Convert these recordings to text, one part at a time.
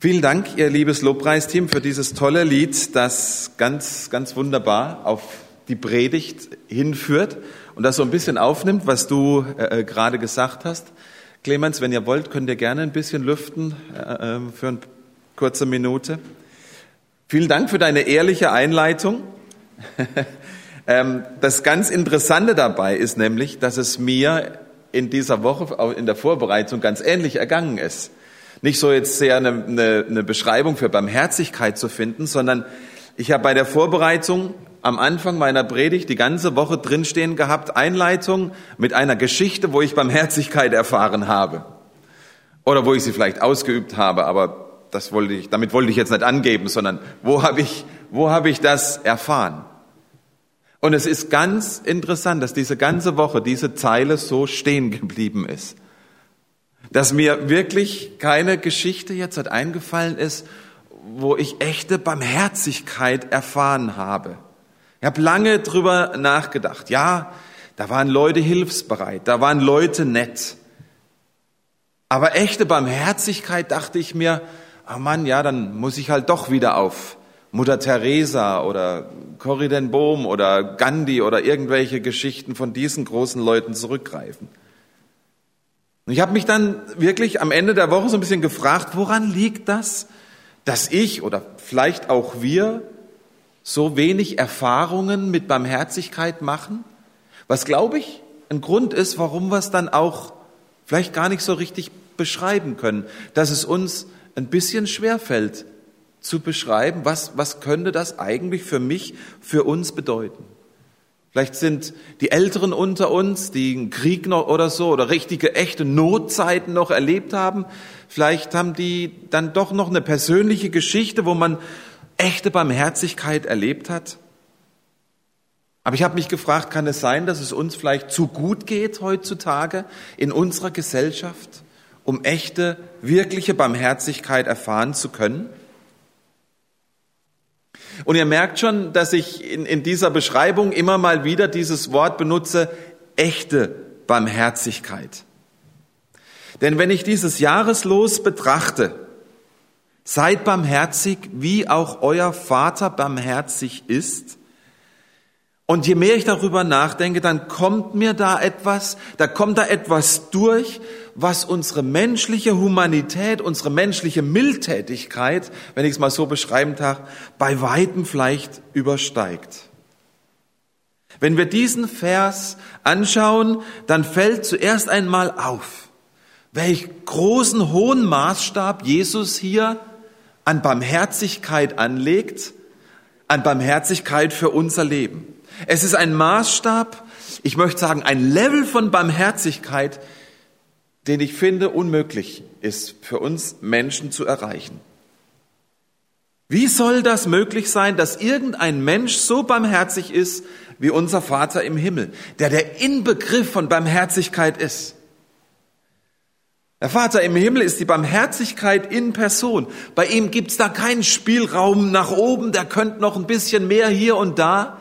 Vielen Dank, ihr liebes Lobpreisteam, für dieses tolle Lied, das ganz, ganz wunderbar auf die Predigt hinführt und das so ein bisschen aufnimmt, was du gerade gesagt hast. Clemens, wenn ihr wollt, könnt ihr gerne ein bisschen lüften für eine kurze Minute. Vielen Dank für deine ehrliche Einleitung. Das ganz Interessante dabei ist nämlich, dass es mir in dieser Woche, in der Vorbereitung, ganz ähnlich ergangen ist. Nicht so jetzt sehr eine Beschreibung für Barmherzigkeit zu finden, sondern ich habe bei der Vorbereitung am Anfang meiner Predigt die ganze Woche drinstehen gehabt, Einleitung mit einer Geschichte, wo ich Barmherzigkeit erfahren habe. Oder wo ich sie vielleicht ausgeübt habe, aber damit wollte ich jetzt nicht angeben, sondern wo habe ich das erfahren? Und es ist ganz interessant, dass diese ganze Woche diese Zeile so stehen geblieben ist. Dass mir wirklich keine Geschichte jetzt eingefallen ist, wo ich echte Barmherzigkeit erfahren habe. Ich habe lange drüber nachgedacht. Ja, da waren Leute hilfsbereit, da waren Leute nett. Aber echte Barmherzigkeit, dachte ich mir, oh Mann, ja, dann muss ich halt doch wieder auf Mutter Teresa oder Corrie ten Boom oder Gandhi oder irgendwelche Geschichten von diesen großen Leuten zurückgreifen. Und ich habe mich dann wirklich am Ende der Woche so ein bisschen gefragt, woran liegt das, dass ich oder vielleicht auch wir so wenig Erfahrungen mit Barmherzigkeit machen? Was, glaube ich, ein Grund ist, warum wir es dann auch vielleicht gar nicht so richtig beschreiben können, dass es uns ein bisschen schwerfällt zu beschreiben, was könnte das eigentlich für mich, für uns bedeuten. Vielleicht sind die Älteren unter uns, die einen Krieg noch oder so oder richtige, echte Notzeiten noch erlebt haben. Vielleicht haben die dann doch noch eine persönliche Geschichte, wo man echte Barmherzigkeit erlebt hat. Aber ich habe mich gefragt, kann es sein, dass es uns vielleicht zu gut geht heutzutage in unserer Gesellschaft, um echte, wirkliche Barmherzigkeit erfahren zu können? Und ihr merkt schon, dass ich in dieser Beschreibung immer mal wieder dieses Wort benutze, echte Barmherzigkeit. Denn wenn ich dieses Jahreslos betrachte, seid barmherzig, wie auch euer Vater barmherzig ist. Und je mehr ich darüber nachdenke, dann kommt da etwas durch, was unsere menschliche Humanität, unsere menschliche Mildtätigkeit, wenn ich es mal so beschreiben darf, bei weitem vielleicht übersteigt. Wenn wir diesen Vers anschauen, dann fällt zuerst einmal auf, welch großen, hohen Maßstab Jesus hier an Barmherzigkeit anlegt, an Barmherzigkeit für unser Leben. Es ist ein Maßstab, ich möchte sagen, ein Level von Barmherzigkeit, den ich finde unmöglich ist für uns Menschen zu erreichen. Wie soll das möglich sein, dass irgendein Mensch so barmherzig ist wie unser Vater im Himmel, der Inbegriff von Barmherzigkeit ist? Der Vater im Himmel ist die Barmherzigkeit in Person. Bei ihm gibt's da keinen Spielraum nach oben, der könnte noch ein bisschen mehr hier und da.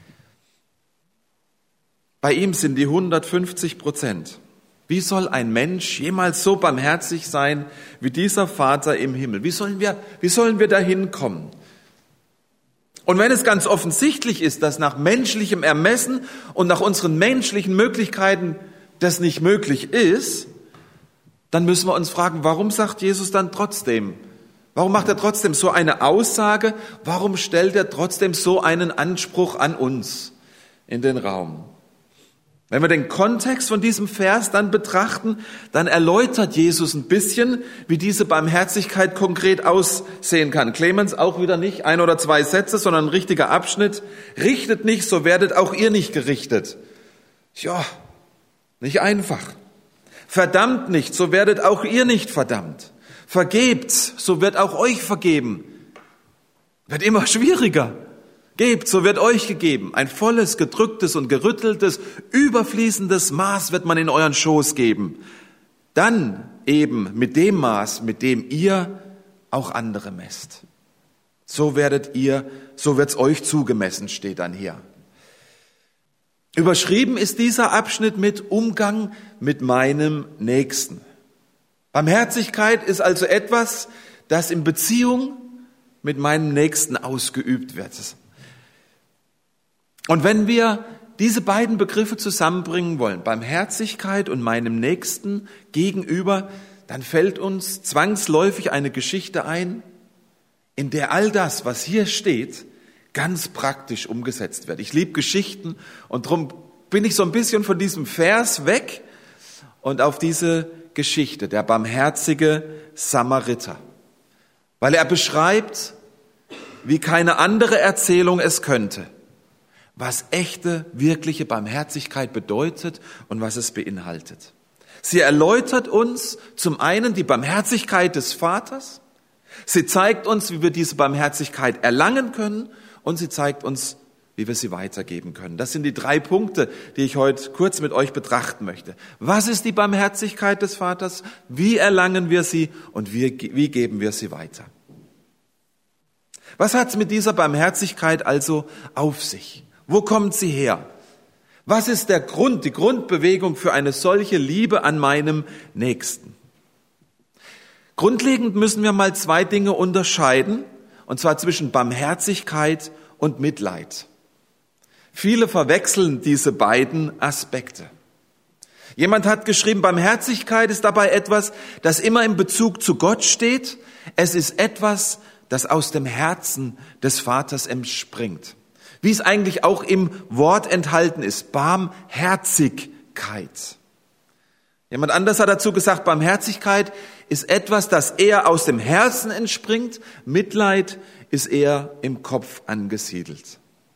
Bei ihm sind die 150%. Wie soll ein Mensch jemals so barmherzig sein wie dieser Vater im Himmel? Wie sollen wir da hinkommen? Und wenn es ganz offensichtlich ist, dass nach menschlichem Ermessen und nach unseren menschlichen Möglichkeiten das nicht möglich ist, dann müssen wir uns fragen, warum sagt Jesus dann trotzdem? Warum macht er trotzdem so eine Aussage? Warum stellt er trotzdem so einen Anspruch an uns in den Raum? Wenn wir den Kontext von diesem Vers dann betrachten, dann erläutert Jesus ein bisschen, wie diese Barmherzigkeit konkret aussehen kann. Clemens, auch wieder nicht 1 oder 2 Sätze, sondern ein richtiger Abschnitt. Richtet nicht, so werdet auch ihr nicht gerichtet. Ja, nicht einfach. Verdammt nicht, so werdet auch ihr nicht verdammt. Vergebt, so wird auch euch vergeben. Wird immer schwieriger. Gebt, so wird euch gegeben. Ein volles, gedrücktes und gerütteltes, überfließendes Maß wird man in euren Schoß geben. Dann eben mit dem Maß, mit dem ihr auch andere messt. So wird's euch zugemessen, steht dann hier. Überschrieben ist dieser Abschnitt mit Umgang mit meinem Nächsten. Barmherzigkeit ist also etwas, das in Beziehung mit meinem Nächsten ausgeübt wird. Und wenn wir diese beiden Begriffe zusammenbringen wollen, Barmherzigkeit und meinem Nächsten gegenüber, dann fällt uns zwangsläufig eine Geschichte ein, in der all das, was hier steht, ganz praktisch umgesetzt wird. Ich liebe Geschichten und darum bin ich so ein bisschen von diesem Vers weg und auf diese Geschichte, der barmherzige Samariter. Weil er beschreibt, wie keine andere Erzählung es könnte, was echte, wirkliche Barmherzigkeit bedeutet und was es beinhaltet. Sie erläutert uns zum einen die Barmherzigkeit des Vaters, sie zeigt uns, wie wir diese Barmherzigkeit erlangen können und sie zeigt uns, wie wir sie weitergeben können. Das sind die 3 Punkte, die ich heute kurz mit euch betrachten möchte. Was ist die Barmherzigkeit des Vaters? Wie erlangen wir sie und wie geben wir sie weiter? Was hat es mit dieser Barmherzigkeit also auf sich? Wo kommt sie her? Was ist der Grund, die Grundbewegung für eine solche Liebe an meinem Nächsten? Grundlegend müssen wir mal 2 Dinge unterscheiden, und zwar zwischen Barmherzigkeit und Mitleid. Viele verwechseln diese beiden Aspekte. Jemand hat geschrieben, Barmherzigkeit ist dabei etwas, das immer in Bezug zu Gott steht. Es ist etwas, das aus dem Herzen des Vaters entspringt. Wie es eigentlich auch im Wort enthalten ist, Barmherzigkeit. Jemand anders hat dazu gesagt, Barmherzigkeit ist etwas, das eher aus dem Herzen entspringt. Mitleid ist eher im Kopf angesiedelt.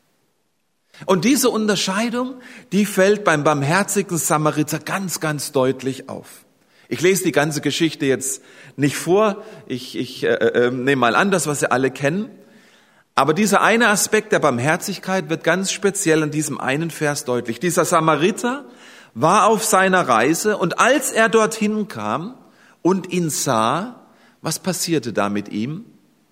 Und diese Unterscheidung, die fällt beim barmherzigen Samariter ganz, ganz deutlich auf. Ich lese die ganze Geschichte jetzt nicht vor. Ich nehme mal an, das, was ihr alle kennen. Aber dieser eine Aspekt der Barmherzigkeit wird ganz speziell in diesem einen Vers deutlich. Dieser Samariter war auf seiner Reise und als er dorthin kam und ihn sah, was passierte da mit ihm?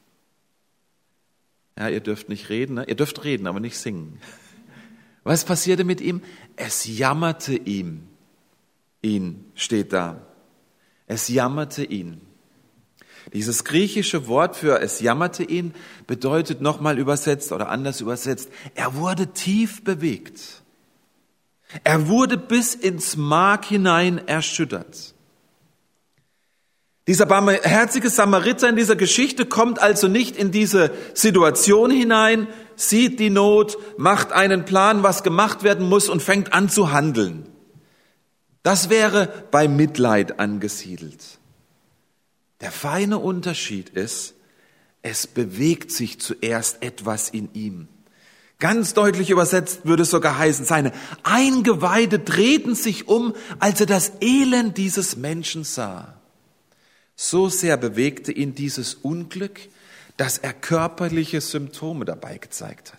Ja, ihr dürft nicht reden, ne? Ihr dürft reden, aber nicht singen. Was passierte mit ihm? Es jammerte ihn, steht da. Es jammerte ihn. Dieses griechische Wort für es jammerte ihn bedeutet nochmal übersetzt oder anders übersetzt, er wurde tief bewegt. Er wurde bis ins Mark hinein erschüttert. Dieser barmherzige Samariter in dieser Geschichte kommt also nicht in diese Situation hinein, sieht die Not, macht einen Plan, was gemacht werden muss und fängt an zu handeln. Das wäre bei Mitleid angesiedelt. Der feine Unterschied ist, es bewegt sich zuerst etwas in ihm. Ganz deutlich übersetzt würde es sogar heißen, seine Eingeweide drehten sich um, als er das Elend dieses Menschen sah. So sehr bewegte ihn dieses Unglück, dass er körperliche Symptome dabei gezeigt hat.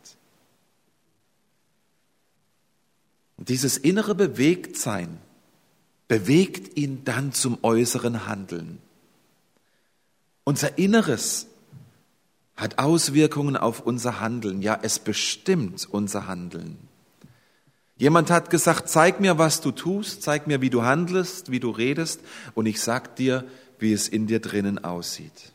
Und dieses innere Bewegtsein bewegt ihn dann zum äußeren Handeln. Unser Inneres hat Auswirkungen auf unser Handeln. Ja, es bestimmt unser Handeln. Jemand hat gesagt, zeig mir, was du tust, zeig mir, wie du handelst, wie du redest, und ich sag dir, wie es in dir drinnen aussieht.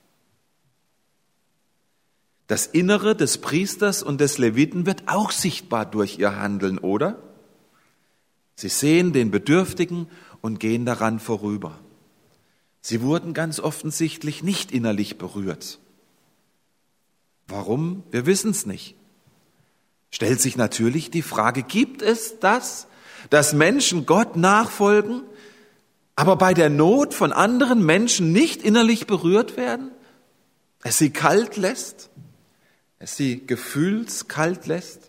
Das Innere des Priesters und des Leviten wird auch sichtbar durch ihr Handeln, oder? Sie sehen den Bedürftigen und gehen daran vorüber. Sie wurden ganz offensichtlich nicht innerlich berührt. Warum? Wir wissen es nicht. Stellt sich natürlich die Frage, gibt es das, dass Menschen Gott nachfolgen, aber bei der Not von anderen Menschen nicht innerlich berührt werden? Es sie kalt lässt? Es sie gefühlskalt lässt?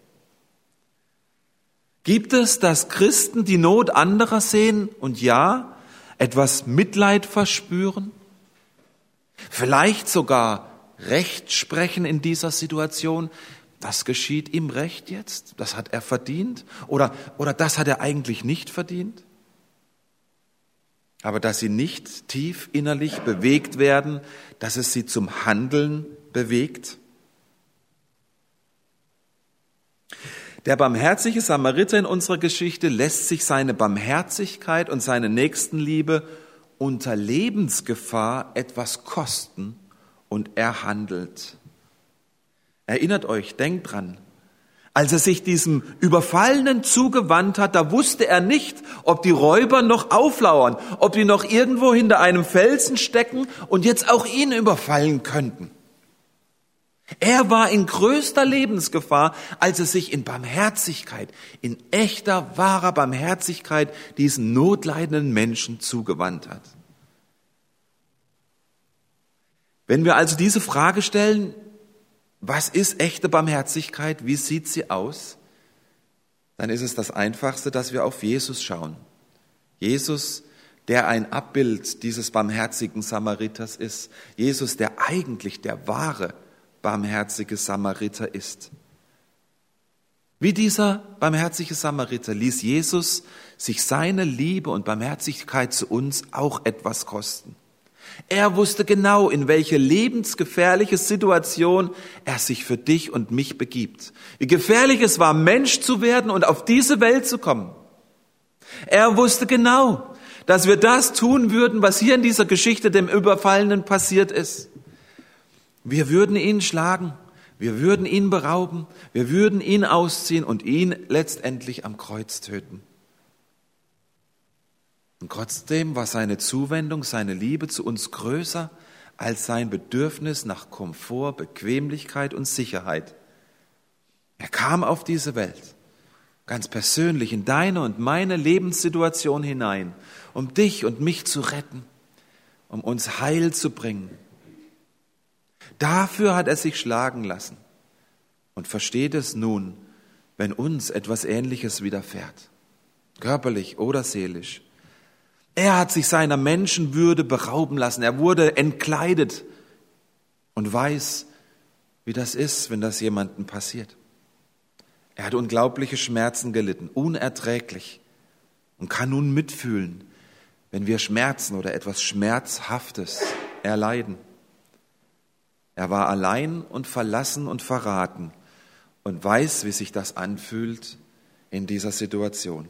Gibt es, dass Christen die Not anderer sehen und ja, etwas Mitleid verspüren? Vielleicht sogar Recht sprechen in dieser Situation? Das geschieht ihm recht jetzt? Das hat er verdient? Oder das hat er eigentlich nicht verdient? Aber dass sie nicht tief innerlich bewegt werden, dass es sie zum Handeln bewegt? Der barmherzige Samariter in unserer Geschichte lässt sich seine Barmherzigkeit und seine Nächstenliebe unter Lebensgefahr etwas kosten und er handelt. Erinnert euch, denkt dran, als er sich diesem Überfallenen zugewandt hat, da wusste er nicht, ob die Räuber noch auflauern, ob die noch irgendwo hinter einem Felsen stecken und jetzt auch ihn überfallen könnten. Er war in größter Lebensgefahr, als er sich in Barmherzigkeit, in echter, wahrer Barmherzigkeit diesen notleidenden Menschen zugewandt hat. Wenn wir also diese Frage stellen, was ist echte Barmherzigkeit, wie sieht sie aus, dann ist es das Einfachste, dass wir auf Jesus schauen. Jesus, der ein Abbild dieses barmherzigen Samariters ist. Jesus, der eigentlich der wahre barmherzige Samariter ist. Wie dieser barmherzige Samariter ließ Jesus sich seine Liebe und Barmherzigkeit zu uns auch etwas kosten. Er wusste genau, in welche lebensgefährliche Situation er sich für dich und mich begibt. Wie gefährlich es war, Mensch zu werden und auf diese Welt zu kommen. Er wusste genau, dass wir das tun würden, was hier in dieser Geschichte dem Überfallenen passiert ist. Wir würden ihn schlagen, wir würden ihn berauben, wir würden ihn ausziehen und ihn letztendlich am Kreuz töten. Und trotzdem war seine Zuwendung, seine Liebe zu uns größer als sein Bedürfnis nach Komfort, Bequemlichkeit und Sicherheit. Er kam auf diese Welt, ganz persönlich in deine und meine Lebenssituation hinein, um dich und mich zu retten, um uns Heil zu bringen. Dafür hat er sich schlagen lassen und versteht es nun, wenn uns etwas Ähnliches widerfährt, körperlich oder seelisch. Er hat sich seiner Menschenwürde berauben lassen, er wurde entkleidet und weiß, wie das ist, wenn das jemandem passiert. Er hat unglaubliche Schmerzen gelitten, unerträglich und kann nun mitfühlen, wenn wir Schmerzen oder etwas Schmerzhaftes erleiden. Er war allein und verlassen und verraten und weiß, wie sich das anfühlt in dieser Situation.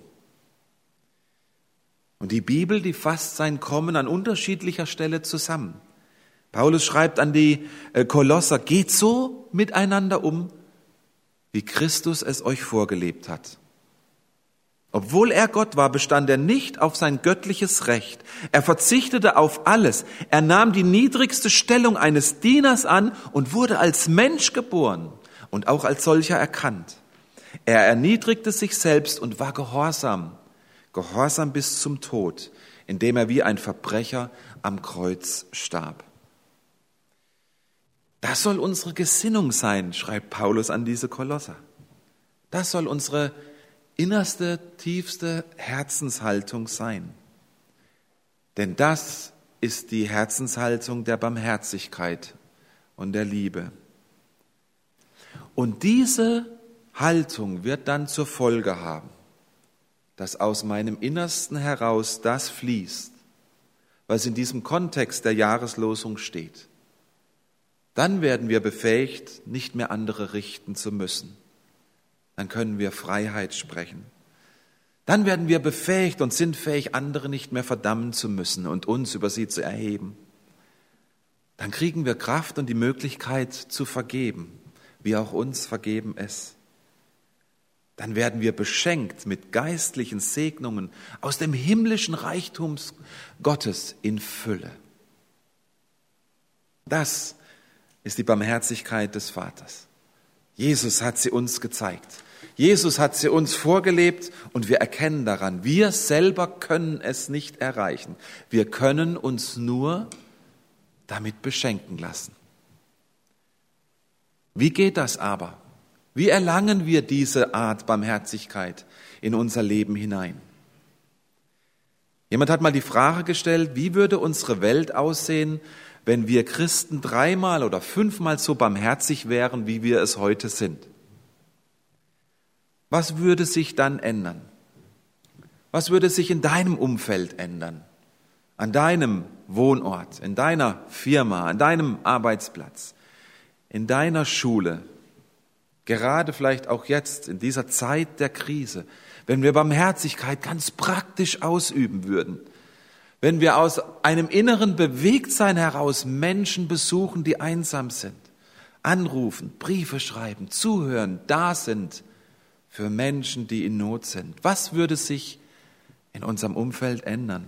Und die Bibel, die fasst sein Kommen an unterschiedlicher Stelle zusammen. Paulus schreibt an die Kolosser, geht so miteinander um, wie Christus es euch vorgelebt hat. Obwohl er Gott war, bestand er nicht auf sein göttliches Recht. Er verzichtete auf alles. Er nahm die niedrigste Stellung eines Dieners an und wurde als Mensch geboren und auch als solcher erkannt. Er erniedrigte sich selbst und war gehorsam bis zum Tod, indem er wie ein Verbrecher am Kreuz starb. Das soll unsere Gesinnung sein, schreibt Paulus an diese Kolosser. Das soll unsere innerste, tiefste Herzenshaltung sein. Denn das ist die Herzenshaltung der Barmherzigkeit und der Liebe. Und diese Haltung wird dann zur Folge haben, dass aus meinem Innersten heraus das fließt, was in diesem Kontext der Jahreslosung steht. Dann werden wir befähigt, nicht mehr andere richten zu müssen. Dann können wir Freiheit sprechen. Dann werden wir befähigt und sind fähig, andere nicht mehr verdammen zu müssen und uns über sie zu erheben. Dann kriegen wir Kraft und die Möglichkeit zu vergeben, wie auch uns vergeben es. Dann werden wir beschenkt mit geistlichen Segnungen aus dem himmlischen Reichtum Gottes in Fülle. Das ist die Barmherzigkeit des Vaters. Jesus hat sie uns gezeigt. Jesus hat sie uns vorgelebt und wir erkennen daran, wir selber können es nicht erreichen. Wir können uns nur damit beschenken lassen. Wie geht das aber? Wie erlangen wir diese Art Barmherzigkeit in unser Leben hinein? Jemand hat mal die Frage gestellt, wie würde unsere Welt aussehen, wenn wir Christen 3-mal oder 5-mal so barmherzig wären, wie wir es heute sind? Was würde sich dann ändern? Was würde sich in deinem Umfeld ändern? An deinem Wohnort, in deiner Firma, an deinem Arbeitsplatz, in deiner Schule, gerade vielleicht auch jetzt in dieser Zeit der Krise, wenn wir Barmherzigkeit ganz praktisch ausüben würden, Wenn wir aus einem inneren Bewegtsein heraus Menschen besuchen, die einsam sind, anrufen, Briefe schreiben, zuhören, da sind für Menschen, die in Not sind. Was würde sich in unserem Umfeld ändern?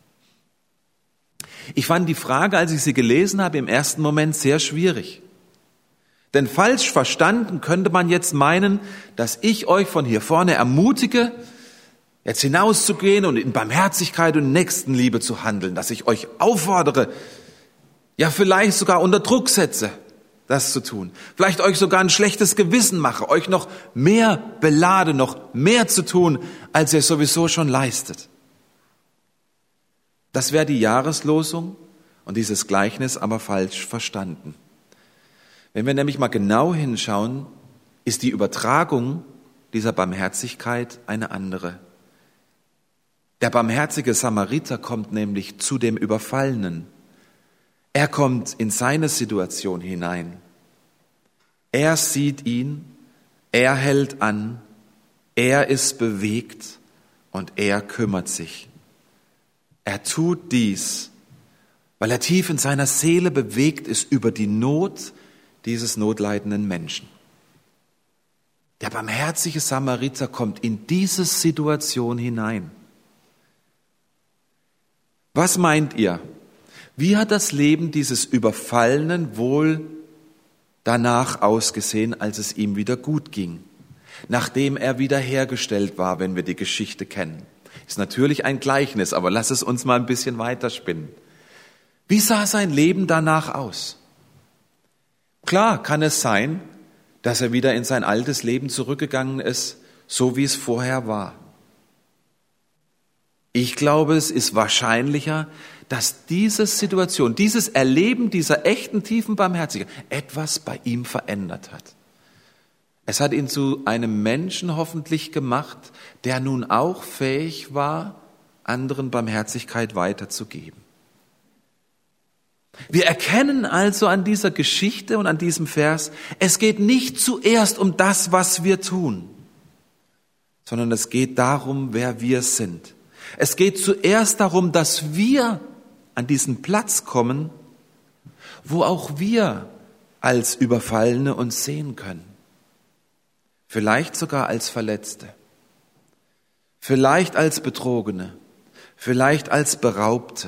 Ich fand die Frage, als ich sie gelesen habe, im ersten Moment sehr schwierig. Denn falsch verstanden könnte man jetzt meinen, dass ich euch von hier vorne ermutige, jetzt hinauszugehen und in Barmherzigkeit und Nächstenliebe zu handeln, dass ich euch auffordere, ja vielleicht sogar unter Druck setze, das zu tun. Vielleicht euch sogar ein schlechtes Gewissen mache, euch noch mehr belade, noch mehr zu tun, als ihr sowieso schon leistet. Das wäre die Jahreslosung und dieses Gleichnis aber falsch verstanden. Wenn wir nämlich mal genau hinschauen, ist die Übertragung dieser Barmherzigkeit eine andere. Der barmherzige Samariter kommt nämlich zu dem Überfallenen. Er kommt in seine Situation hinein. Er sieht ihn, er hält an, er ist bewegt und er kümmert sich. Er tut dies, weil er tief in seiner Seele bewegt ist über die Not dieses notleidenden Menschen. Der barmherzige Samariter kommt in diese Situation hinein. Was meint ihr? Wie hat das Leben dieses Überfallenen wohl danach ausgesehen, als es ihm wieder gut ging? Nachdem er wiederhergestellt war, wenn wir die Geschichte kennen. Ist natürlich ein Gleichnis, aber lass es uns mal ein bisschen weiterspinnen. Wie sah sein Leben danach aus? Klar kann es sein, dass er wieder in sein altes Leben zurückgegangen ist, so wie es vorher war. Ich glaube, es ist wahrscheinlicher, dass diese Situation, dieses Erleben dieser echten, tiefen Barmherzigkeit etwas bei ihm verändert hat. Es hat ihn zu einem Menschen hoffentlich gemacht, der nun auch fähig war, anderen Barmherzigkeit weiterzugeben. Wir erkennen also an dieser Geschichte und an diesem Vers, es geht nicht zuerst um das, was wir tun, sondern es geht darum, wer wir sind. Es geht zuerst darum, dass wir an diesen Platz kommen, wo auch wir als Überfallene uns sehen können. Vielleicht sogar als Verletzte, vielleicht als Betrogene, vielleicht als Beraubte,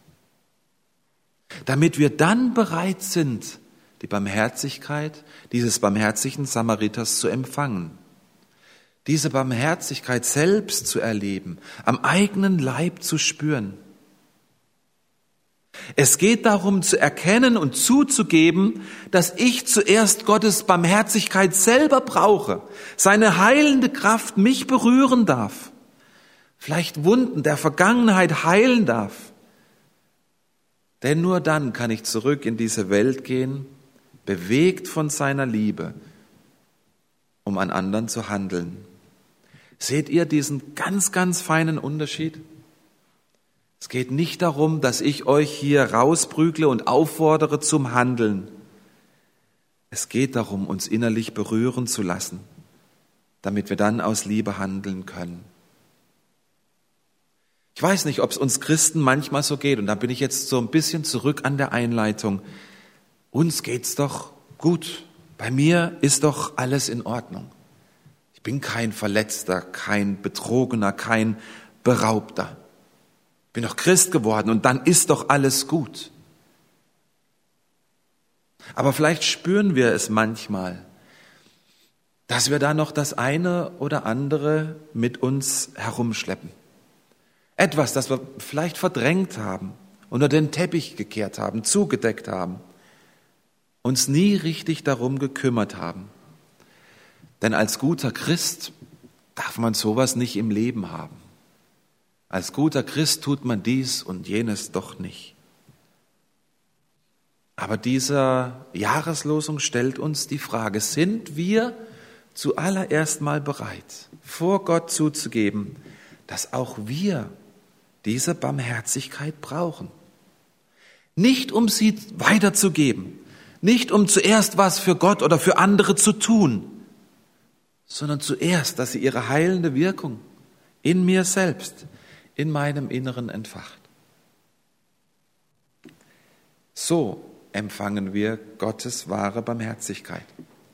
damit wir dann bereit sind, die Barmherzigkeit dieses barmherzigen Samariters zu empfangen, diese Barmherzigkeit selbst zu erleben, am eigenen Leib zu spüren. Es geht darum zu erkennen und zuzugeben, dass ich zuerst Gottes Barmherzigkeit selber brauche, seine heilende Kraft mich berühren darf, vielleicht Wunden der Vergangenheit heilen darf. Denn nur dann kann ich zurück in diese Welt gehen, bewegt von seiner Liebe, um an anderen zu handeln. Seht ihr diesen ganz, ganz feinen Unterschied? Es geht nicht darum, dass ich euch hier rausprügle und auffordere zum Handeln. Es geht darum, uns innerlich berühren zu lassen, damit wir dann aus Liebe handeln können. Ich weiß nicht, ob es uns Christen manchmal so geht, und da bin ich jetzt so ein bisschen zurück an der Einleitung. Uns geht's doch gut. Bei mir ist doch alles in Ordnung. Ich bin kein Verletzter, kein Betrogener, kein Beraubter. Ich bin doch Christ geworden und dann ist doch alles gut. Aber vielleicht spüren wir es manchmal, dass wir da noch das eine oder andere mit uns herumschleppen. Etwas, das wir vielleicht verdrängt haben, unter den Teppich gekehrt haben, zugedeckt haben, uns nie richtig darum gekümmert haben. Denn als guter Christ darf man sowas nicht im Leben haben. Als guter Christ tut man dies und jenes doch nicht. Aber diese Jahreslosung stellt uns die Frage, sind wir zuallererst mal bereit, vor Gott zuzugeben, dass auch wir diese Barmherzigkeit brauchen? Nicht um sie weiterzugeben, nicht um zuerst was für Gott oder für andere zu tun, sondern zuerst, dass sie ihre heilende Wirkung in mir selbst, in meinem Inneren entfacht. So empfangen wir Gottes wahre Barmherzigkeit.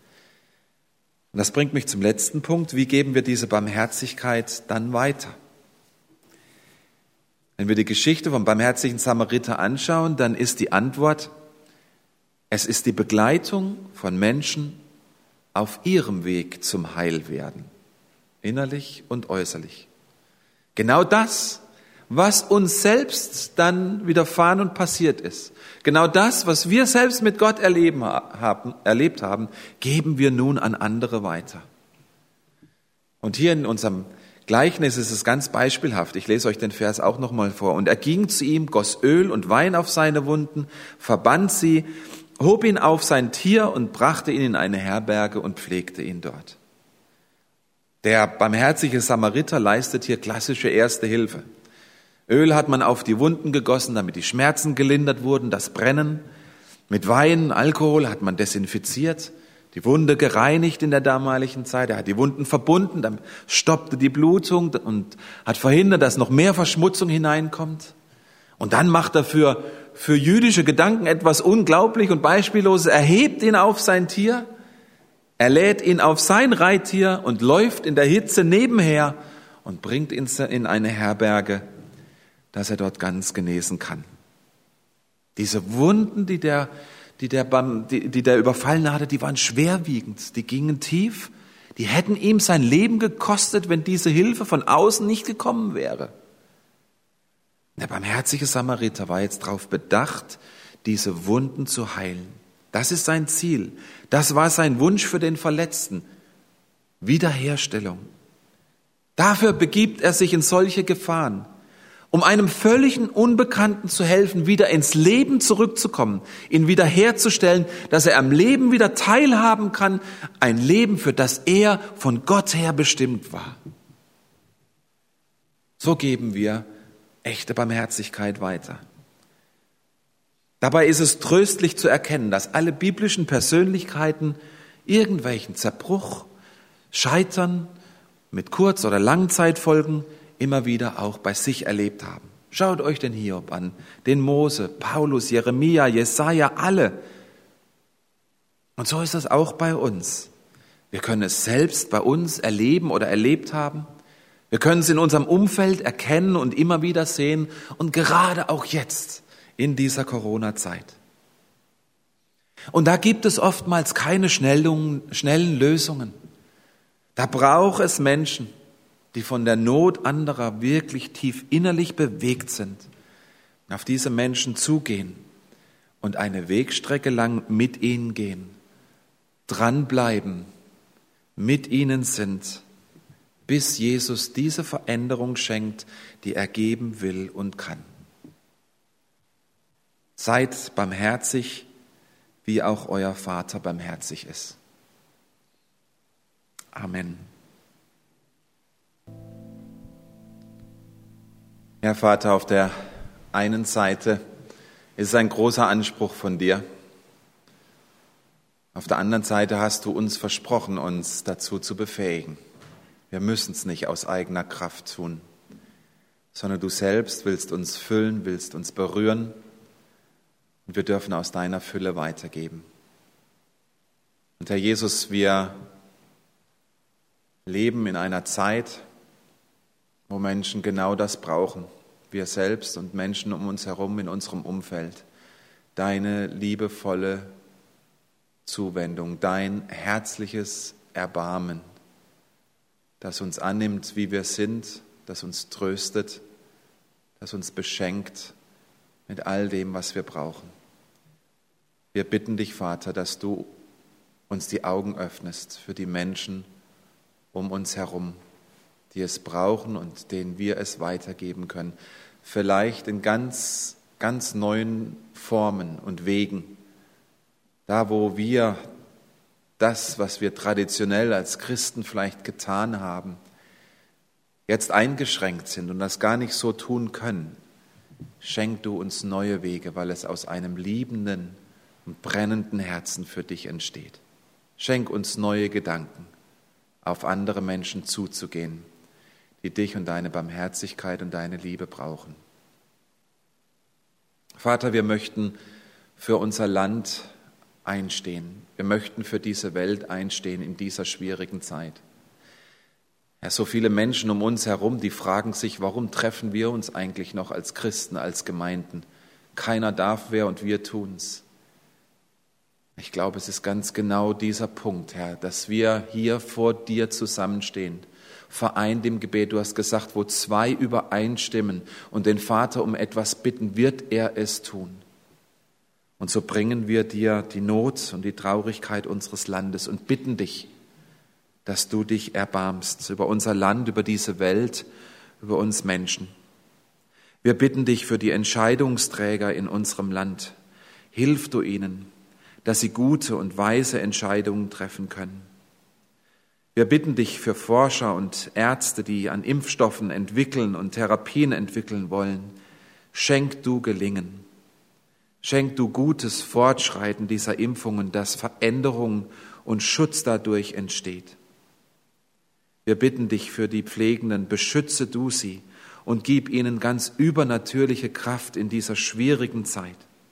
Und das bringt mich zum letzten Punkt. Wie geben wir diese Barmherzigkeit dann weiter? Wenn wir die Geschichte vom barmherzigen Samariter anschauen, dann ist die Antwort, es ist die Begleitung von Menschen auf ihrem Weg zum Heilwerden, innerlich und äußerlich. Genau das, was uns selbst dann widerfahren und passiert ist. Genau das, was wir selbst mit Gott erlebt haben, geben wir nun an andere weiter. Und hier in unserem Gleichnis ist es ganz beispielhaft. Ich lese euch den Vers auch nochmal vor. Und er ging zu ihm, goss Öl und Wein auf seine Wunden, verband sie, hob ihn auf sein Tier und brachte ihn in eine Herberge und pflegte ihn dort. Der barmherzige Samariter leistet hier klassische Erste Hilfe. Öl hat man auf die Wunden gegossen, damit die Schmerzen gelindert wurden, das Brennen. Mit Wein, Alkohol hat man desinfiziert, die Wunde gereinigt in der damaligen Zeit. Er hat die Wunden verbunden, dann stoppte die Blutung und hat verhindert, dass noch mehr Verschmutzung hineinkommt. Und dann macht er für jüdische Gedanken etwas unglaublich und Beispielloses. Er hebt ihn auf sein Tier, er lädt ihn auf sein Reittier und läuft in der Hitze nebenher und bringt ihn in eine Herberge, dass er dort ganz genesen kann. Diese Wunden, die der Überfallene hatte, die waren schwerwiegend, die gingen tief, die hätten ihm sein Leben gekostet, wenn diese Hilfe von außen nicht gekommen wäre. Der barmherzige Samariter war jetzt darauf bedacht, diese Wunden zu heilen. Das ist sein Ziel. Das war sein Wunsch für den Verletzten. Wiederherstellung. Dafür begibt er sich in solche Gefahren, um einem völligen Unbekannten zu helfen, wieder ins Leben zurückzukommen, ihn wiederherzustellen, dass er am Leben wieder teilhaben kann, ein Leben, für das er von Gott her bestimmt war. So geben wir echte Barmherzigkeit weiter. Dabei ist es tröstlich zu erkennen, dass alle biblischen Persönlichkeiten irgendwelchen Zerbruch, Scheitern mit Kurz- oder Langzeitfolgen immer wieder auch bei sich erlebt haben. Schaut euch den Hiob an, den Mose, Paulus, Jeremia, Jesaja, alle. Und so ist das auch bei uns. Wir können es selbst bei uns erleben oder erlebt haben. Wir können es in unserem Umfeld erkennen und immer wieder sehen und gerade auch jetzt in dieser Corona-Zeit. Und da gibt es oftmals keine schnellen Lösungen. Da braucht es Menschen, die von der Not anderer wirklich tief innerlich bewegt sind, auf diese Menschen zugehen und eine Wegstrecke lang mit ihnen gehen, dranbleiben, mit ihnen sind, bis Jesus diese Veränderung schenkt, die er geben will und kann. Seid barmherzig, wie auch euer Vater barmherzig ist. Amen. Herr Vater, auf der einen Seite ist es ein großer Anspruch von dir. Auf der anderen Seite hast du uns versprochen, uns dazu zu befähigen. Wir müssen es nicht aus eigener Kraft tun, sondern du selbst willst uns füllen, willst uns berühren und wir dürfen aus deiner Fülle weitergeben. Und Herr Jesus, wir leben in einer Zeit, wo Menschen genau das brauchen, wir selbst und Menschen um uns herum in unserem Umfeld. Deine liebevolle Zuwendung, dein herzliches Erbarmen, das uns annimmt, wie wir sind, das uns tröstet, das uns beschenkt mit all dem, was wir brauchen. Wir bitten dich, Vater, dass du uns die Augen öffnest für die Menschen um uns herum, die es brauchen und denen wir es weitergeben können. Vielleicht in ganz, ganz neuen Formen und Wegen. Da, wo wir das, was wir traditionell als Christen vielleicht getan haben, jetzt eingeschränkt sind und das gar nicht so tun können, schenk du uns neue Wege, weil es aus einem liebenden und brennenden Herzen für dich entsteht. Schenk uns neue Gedanken, auf andere Menschen zuzugehen, die dich und deine Barmherzigkeit und deine Liebe brauchen. Vater, wir möchten für unser Land einstehen. Wir möchten für diese Welt einstehen in dieser schwierigen Zeit. Herr, so viele Menschen um uns herum, die fragen sich, warum treffen wir uns eigentlich noch als Christen, als Gemeinden? Keiner darf mehr und wir tun's. Ich glaube, es ist ganz genau dieser Punkt, Herr, dass wir hier vor dir zusammenstehen, vereint im Gebet. Du hast gesagt, wo zwei übereinstimmen und den Vater um etwas bitten, wird er es tun. Und so bringen wir dir die Not und die Traurigkeit unseres Landes und bitten dich, dass du dich erbarmst über unser Land, über diese Welt, über uns Menschen. Wir bitten dich für die Entscheidungsträger in unserem Land. Hilf du ihnen, dass sie gute und weise Entscheidungen treffen können. Wir bitten dich für Forscher und Ärzte, die an Impfstoffen entwickeln und Therapien entwickeln wollen. Schenk du Gelingen. Schenk du gutes Fortschreiten dieser Impfungen, dass Veränderung und Schutz dadurch entsteht. Wir bitten dich für die Pflegenden, beschütze du sie und gib ihnen ganz übernatürliche Kraft in dieser schwierigen Zeit.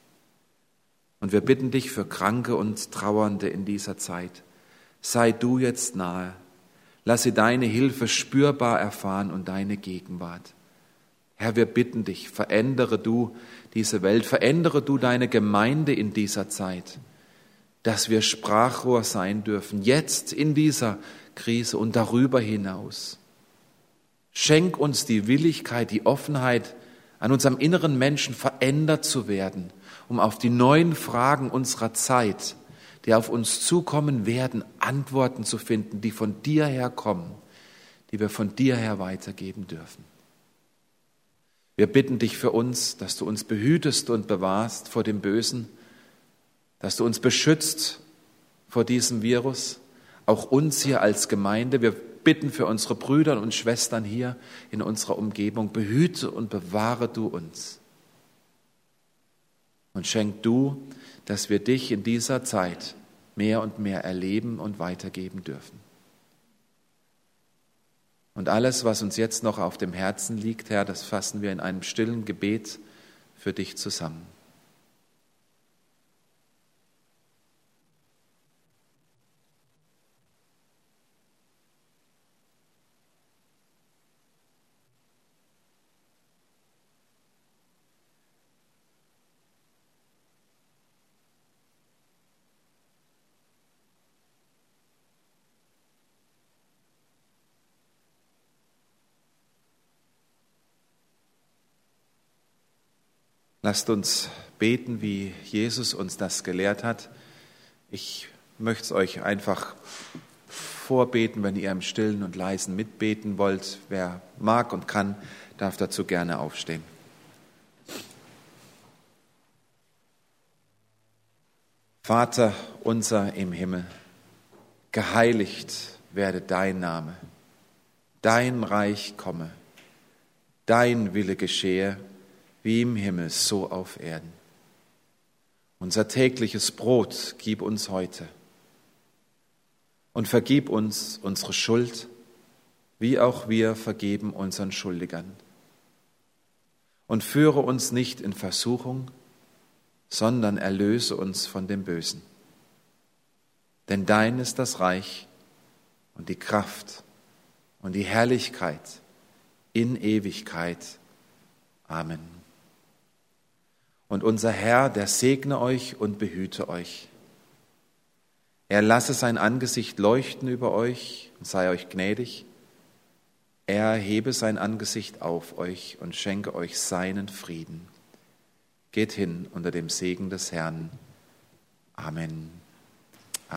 Und wir bitten dich für Kranke und Trauernde in dieser Zeit. Sei du jetzt nahe. Lass sie deine Hilfe spürbar erfahren und deine Gegenwart. Herr, wir bitten dich, verändere du diese Welt, verändere du deine Gemeinde in dieser Zeit, dass wir Sprachrohr sein dürfen, jetzt in dieser Krise und darüber hinaus. Schenk uns die Willigkeit, die Offenheit, an unserem inneren Menschen verändert zu werden, um auf die neuen Fragen unserer Zeit, die auf uns zukommen werden, Antworten zu finden, die von dir her kommen, die wir von dir her weitergeben dürfen. Wir bitten dich für uns, dass du uns behütest und bewahrst vor dem Bösen, dass du uns beschützt vor diesem Virus, auch uns hier als Gemeinde. Wir bitten für unsere Brüder und Schwestern hier in unserer Umgebung, behüte und bewahre du uns. Und schenk du, dass wir dich in dieser Zeit mehr und mehr erleben und weitergeben dürfen. Und alles, was uns jetzt noch auf dem Herzen liegt, Herr, das fassen wir in einem stillen Gebet für dich zusammen. Lasst uns beten, wie Jesus uns das gelehrt hat. Ich möchte es euch einfach vorbeten, wenn ihr im Stillen und Leisen mitbeten wollt. Wer mag und kann, darf dazu gerne aufstehen. Vater unser im Himmel, geheiligt werde dein Name, dein Reich komme, dein Wille geschehe, wie im Himmel, so auf Erden. Unser tägliches Brot gib uns heute und vergib uns unsere Schuld, wie auch wir vergeben unseren Schuldigern. Und führe uns nicht in Versuchung, sondern erlöse uns von dem Bösen. Denn dein ist das Reich und die Kraft und die Herrlichkeit in Ewigkeit. Amen. Und unser Herr, der segne euch und behüte euch. Er lasse sein Angesicht leuchten über euch und sei euch gnädig. Er erhebe sein Angesicht auf euch und schenke euch seinen Frieden. Geht hin unter dem Segen des Herrn. Amen.